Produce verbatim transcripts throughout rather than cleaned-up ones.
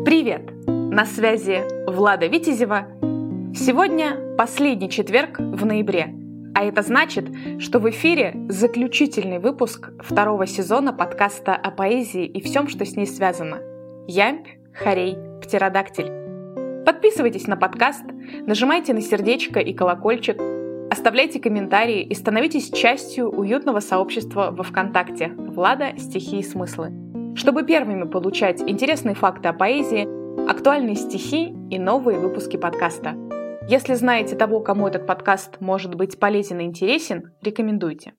Привет! На связи Влада Витязева. Сегодня последний четверг в ноябре, а это значит, что в эфире заключительный выпуск второго сезона подкаста о поэзии и всем, что с ней связано. Ямб, хорей, птеродактиль. Подписывайтесь на подкаст, нажимайте на сердечко и колокольчик, оставляйте комментарии и становитесь частью уютного сообщества во ВКонтакте «Влада. Стихи и смыслы», чтобы первыми получать интересные факты о поэзии, актуальные стихи и новые выпуски подкаста. Если знаете того, кому этот подкаст может быть полезен и интересен, рекомендуйте.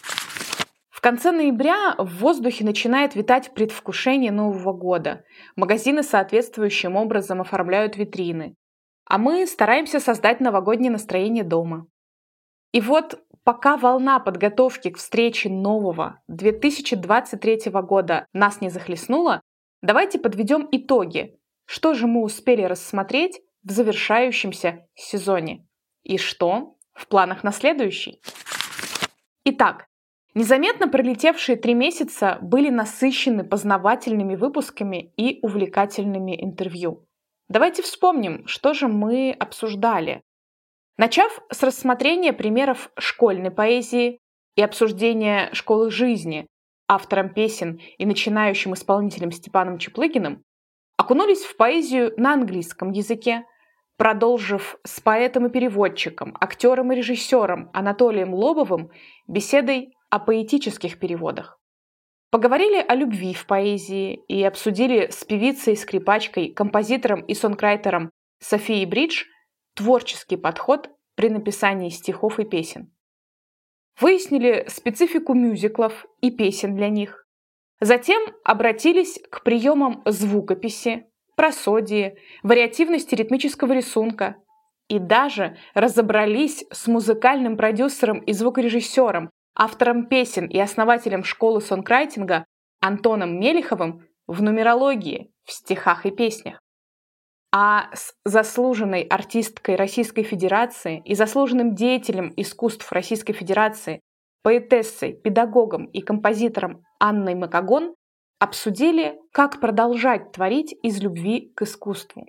В конце ноября в воздухе начинает витать предвкушение Нового года. Магазины соответствующим образом оформляют витрины, а мы стараемся создать новогоднее настроение дома. И вот пока волна подготовки к встрече нового две тысячи двадцать третьего года нас не захлестнула, давайте подведем итоги. Что же мы успели рассмотреть в завершающемся сезоне? И что в планах на следующий? Итак, незаметно пролетевшие три месяца были насыщены познавательными выпусками и увлекательными интервью. Давайте вспомним, что же мы обсуждали. Начав с рассмотрения примеров школьной поэзии и обсуждения школы жизни автором песен и начинающим исполнителем Степаном Чаплыгиным, окунулись в поэзию на английском языке, продолжив с поэтом и переводчиком, актером и режиссером Анатолием Лобовым беседой о поэтических переводах. Поговорили о любви в поэзии и обсудили с певицей, скрипачкой, композитором и сонграйтером Софией Бридж творческий подход при написании стихов и песен. Выяснили специфику мюзиклов и песен для них. Затем обратились к приемам звукописи, просодии, вариативности ритмического рисунка и даже разобрались с музыкальным продюсером и звукорежиссером, автором песен и основателем школы сонграйтинга Антоном Мелиховым в нумерологии, в стихах и песнях. А с заслуженной артисткой Российской Федерации и заслуженным деятелем искусств Российской Федерации, поэтессой, педагогом и композитором Анной Макагон обсудили, как продолжать творить из любви к искусству.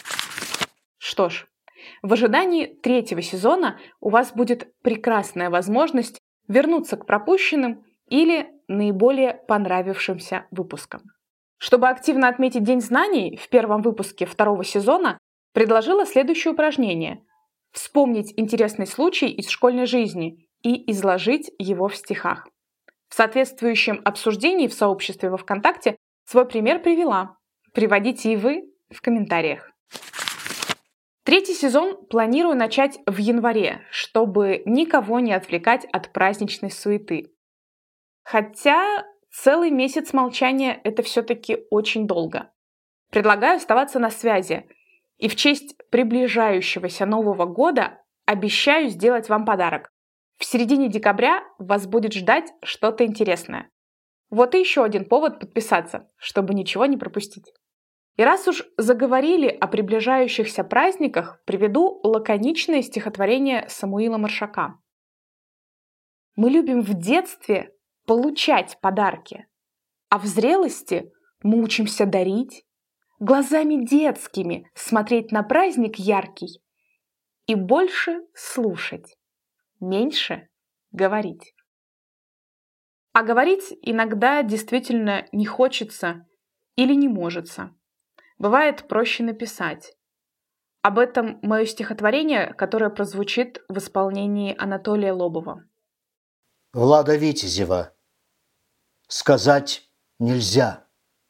Что ж, в ожидании третьего сезона у вас будет прекрасная возможность вернуться к пропущенным или наиболее понравившимся выпускам. Чтобы активно отметить День знаний, в первом выпуске второго сезона предложила следующее упражнение – вспомнить интересный случай из школьной жизни и изложить его в стихах. В соответствующем обсуждении в сообществе во ВКонтакте свой пример привела. Приводите и вы в комментариях. Третий сезон планирую начать в январе, чтобы никого не отвлекать от праздничной суеты. Хотя целый месяц молчания – это все-таки очень долго. Предлагаю оставаться на связи. И в честь приближающегося Нового года обещаю сделать вам подарок. В середине декабря вас будет ждать что-то интересное. Вот и еще один повод подписаться, чтобы ничего не пропустить. И раз уж заговорили о приближающихся праздниках, приведу лаконичное стихотворение Самуила Маршака. Мы любим в детстве получать подарки, а в зрелости мы учимся дарить, глазами детскими смотреть на праздник яркий и больше слушать, меньше говорить. А говорить иногда действительно не хочется или не можется. Бывает проще написать. Об этом мое стихотворение, которое прозвучит в исполнении Анатолия Лобова. Влада Витязева. Сказать нельзя.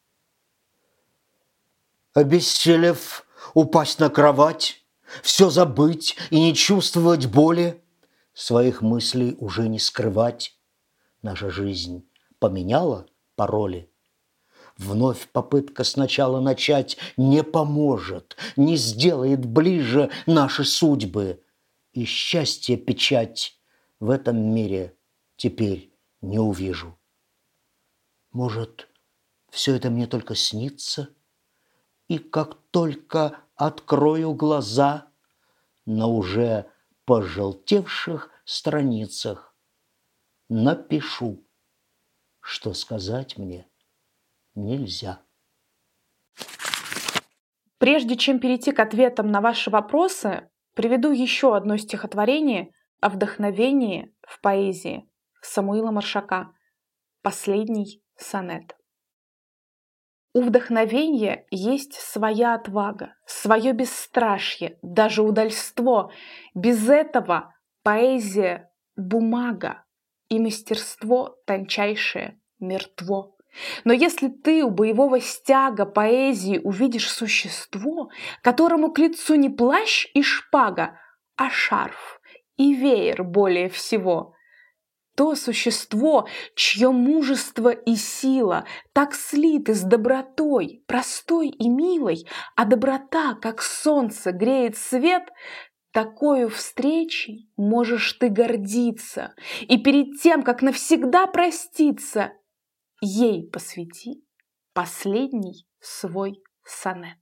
Обессилев упасть на кровать, все забыть и не чувствовать боли, своих мыслей уже не скрывать. Наша жизнь поменяла пароли. Вновь попытка сначала начать не поможет, не сделает ближе наши судьбы. И счастье печать в этом мире теперь не увижу. Может, все это мне только снится? И как только открою глаза, на уже пожелтевших страницах напишу, что сказать мне нельзя. Прежде чем перейти к ответам на ваши вопросы, приведу еще одно стихотворение о вдохновении в поэзии Самуила Маршака «Последний сонет». У вдохновения есть своя отвага, свое бесстрашие, даже удальство. Без этого поэзия — бумага, и мастерство тончайшее мертво. Но если ты у боевого стяга поэзии увидишь существо, которому к лицу не плащ и шпага, а шарф и веер более всего, то существо, чье мужество и сила так слиты с добротой, простой и милой, а доброта, как солнце, греет свет, такою встречей можешь ты гордиться, и перед тем, как навсегда проститься, ей посвяти последний свой сонет.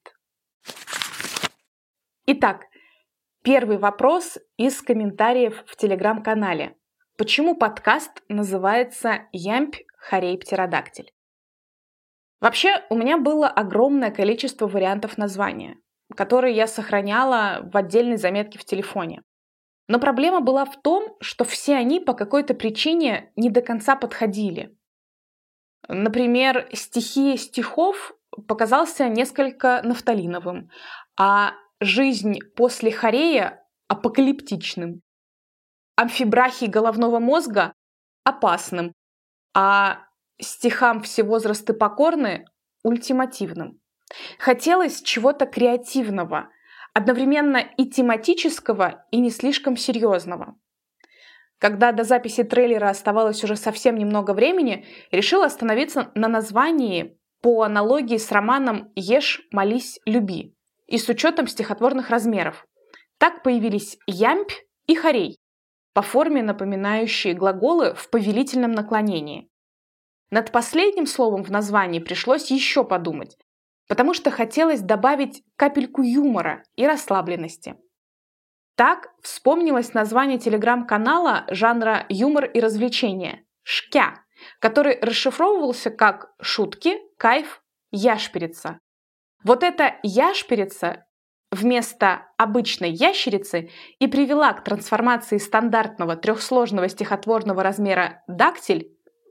Итак, первый вопрос из комментариев в телеграм-канале. Почему подкаст называется «Ямб, хорей, птеродактиль»? Вообще, у меня было огромное количество вариантов названия, которые я сохраняла в отдельной заметке в телефоне. Но проблема была в том, что все они по какой-то причине не до конца подходили. Например, «Стихия стихов» показался несколько нафталиновым, а «Жизнь после хорея» — апокалиптичным. Амфибрахий головного мозга — опасным, а стихам все возрасты покорны — ультимативным. Хотелось чего-то креативного, одновременно и тематического, и не слишком серьезного. Когда до записи трейлера оставалось уже совсем немного времени, решила остановиться на названии по аналогии с романом «Ешь, молись, люби» и с учетом стихотворных размеров. Так появились ямб и хорей, по форме напоминающие глаголы в повелительном наклонении. Над последним словом в названии пришлось еще подумать, потому что хотелось добавить капельку юмора и расслабленности. Так вспомнилось название телеграм-канала жанра юмор и развлечения «Шкя», который расшифровывался как «шутки», «кайф», «яшперица». Вот эта яшперица вместо обычной ящерицы и привела к трансформации стандартного трехсложного стихотворного размера «дактиль»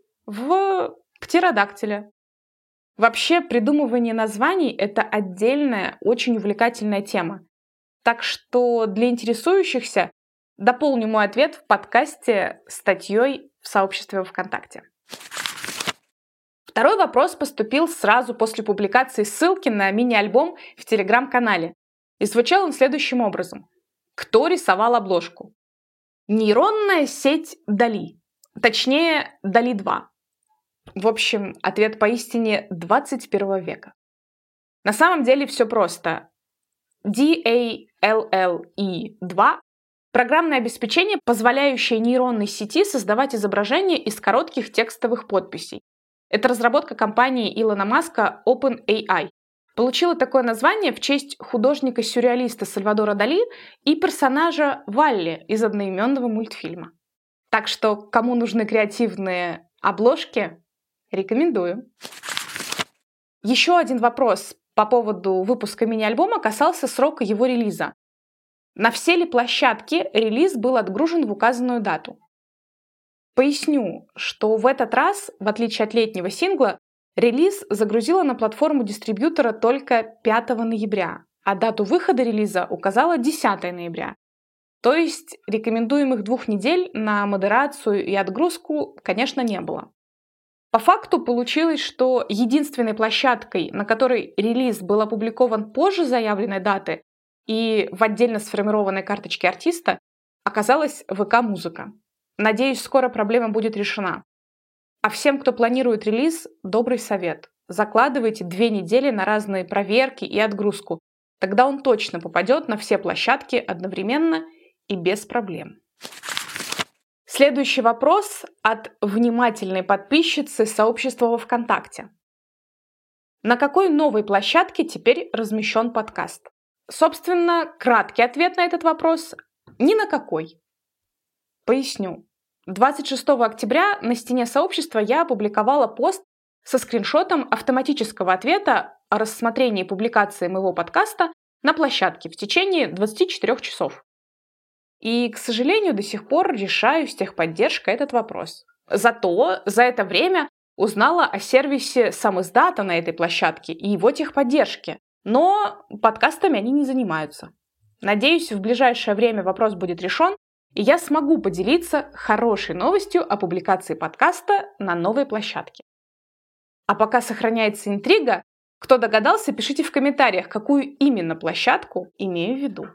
в птеродактиля. Вообще, придумывание названий — это отдельная, очень увлекательная тема. Так что для интересующихся дополню мой ответ в подкасте статьей в сообществе ВКонтакте. Второй вопрос поступил сразу после публикации ссылки на мини-альбом в телеграм-канале. И звучал он следующим образом. Кто рисовал обложку? Нейронная сеть Дали. Точнее, Дали два. В общем, ответ поистине двадцать первого века. На самом деле все просто. ди эй эл эл и два – программное обеспечение, позволяющее нейронной сети создавать изображения из коротких текстовых подписей. Это разработка компании Илона Маска OpenAI. Получила такое название в честь художника-сюрреалиста Сальвадора Дали и персонажа Валли из одноименного мультфильма. Так что, кому нужны креативные обложки, рекомендую. Еще один вопрос по поводу выпуска мини-альбома касался срока его релиза. На все ли площадки релиз был отгружен в указанную дату? Поясню, что в этот раз, в отличие от летнего сингла, релиз загрузила на платформу дистрибьютора только пятого ноября, а дату выхода релиза указала десятого ноября. То есть рекомендуемых двух недель на модерацию и отгрузку, конечно, не было. По факту получилось, что единственной площадкой, на которой релиз был опубликован позже заявленной даты и в отдельно сформированной карточке артиста, оказалась ВК-музыка. Надеюсь, скоро проблема будет решена. А всем, кто планирует релиз, добрый совет. Закладывайте две недели на разные проверки и отгрузку. Тогда он точно попадет на все площадки одновременно и без проблем. Следующий вопрос от внимательной подписчицы сообщества во ВКонтакте. На какой новой площадке теперь размещен подкаст? Собственно, краткий ответ на этот вопрос – ни на какой. Поясню. двадцать шестого октября на стене сообщества я опубликовала пост со скриншотом автоматического ответа о рассмотрении публикации моего подкаста на площадке в течение двадцати четырёх часов. И, к сожалению, до сих пор решаю с техподдержкой этот вопрос. Зато за это время узнала о сервисе самиздата на этой площадке и его техподдержке. Но подкастами они не занимаются. Надеюсь, в ближайшее время вопрос будет решен, и я смогу поделиться хорошей новостью о публикации подкаста на новой площадке. А пока сохраняется интрига, кто догадался, пишите в комментариях, какую именно площадку имею в виду.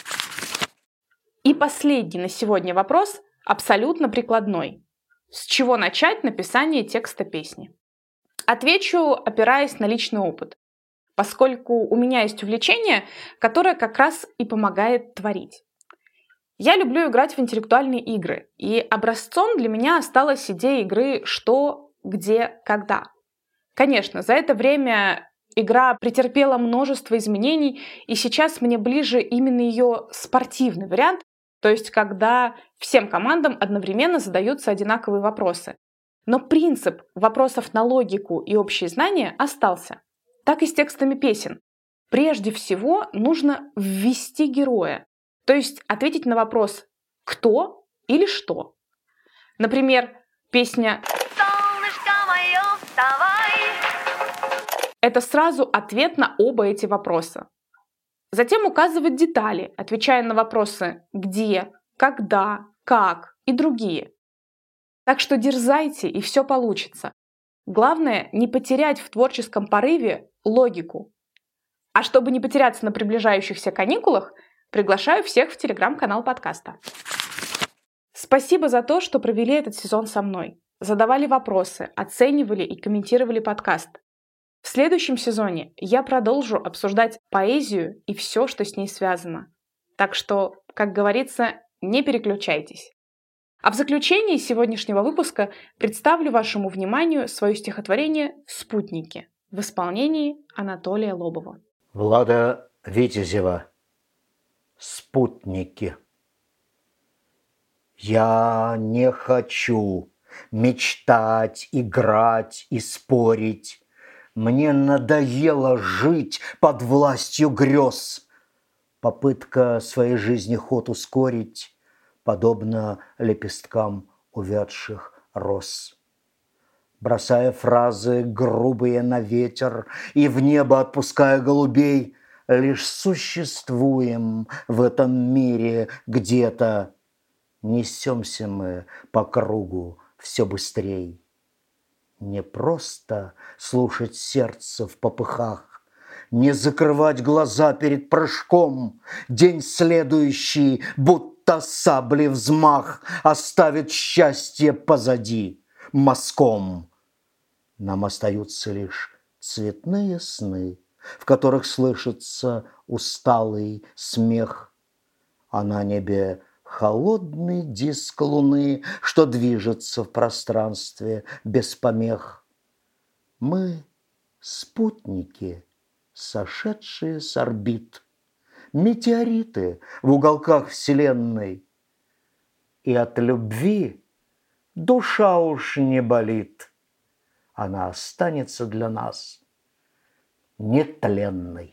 И последний на сегодня вопрос, абсолютно прикладной. С чего начать написание текста песни? Отвечу, опираясь на личный опыт, поскольку у меня есть увлечение, которое как раз и помогает творить. Я люблю играть в интеллектуальные игры, и образцом для меня осталась идея игры «Что?», «Где?», «Когда?». Конечно, за это время игра претерпела множество изменений, и сейчас мне ближе именно ее спортивный вариант, то есть когда всем командам одновременно задаются одинаковые вопросы. Но принцип вопросов на логику и общие знания остался. Так и с текстами песен. Прежде всего нужно ввести героя, то есть ответить на вопрос «кто» или «что?». Например, песня «Солнышко мое, вставай!» – это сразу ответ на оба эти вопроса. Затем указывать детали, отвечая на вопросы «где?», «когда?», «как?» и другие. Так что дерзайте, и все получится. Главное, не потерять в творческом порыве логику. А чтобы не потеряться на приближающихся каникулах, приглашаю всех в телеграм-канал подкаста. Спасибо за то, что провели этот сезон со мной. Задавали вопросы, оценивали и комментировали подкаст. В следующем сезоне я продолжу обсуждать поэзию и все, что с ней связано. Так что, как говорится, не переключайтесь. А в заключении сегодняшнего выпуска представлю вашему вниманию свое стихотворение «Спутники» в исполнении Анатолия Лобова. Влада Витязева. Спутники. Я не хочу мечтать, играть и спорить. Мне надоело жить под властью грез. Попытка своей жизни ход ускорить, подобно лепесткам увядших роз. Бросая фразы грубые на ветер и в небо отпуская голубей, лишь существуем в этом мире где-то. Несемся мы по кругу все быстрей. Не просто слушать сердце в попыхах, не закрывать глаза перед прыжком. День следующий, будто сабли взмах, оставит счастье позади мазком. Нам остаются лишь цветные сны, в которых слышится усталый смех, а на небе холодный диск луны, что движется в пространстве без помех. Мы спутники, сошедшие с орбит, метеориты в уголках Вселенной. И от любви душа уж не болит, она останется для нас нетленной.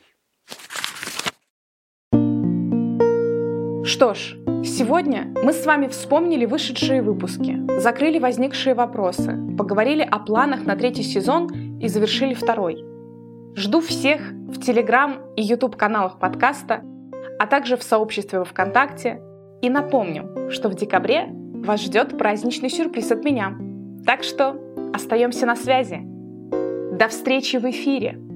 Что ж, сегодня мы с вами вспомнили вышедшие выпуски, закрыли возникшие вопросы, поговорили о планах на третий сезон и завершили второй. Жду всех в Телеграм и Ютуб каналах подкаста, а также в сообществе во ВКонтакте. И напомню, что в декабре вас ждет праздничный сюрприз от меня. Так что остаемся на связи. До встречи в эфире!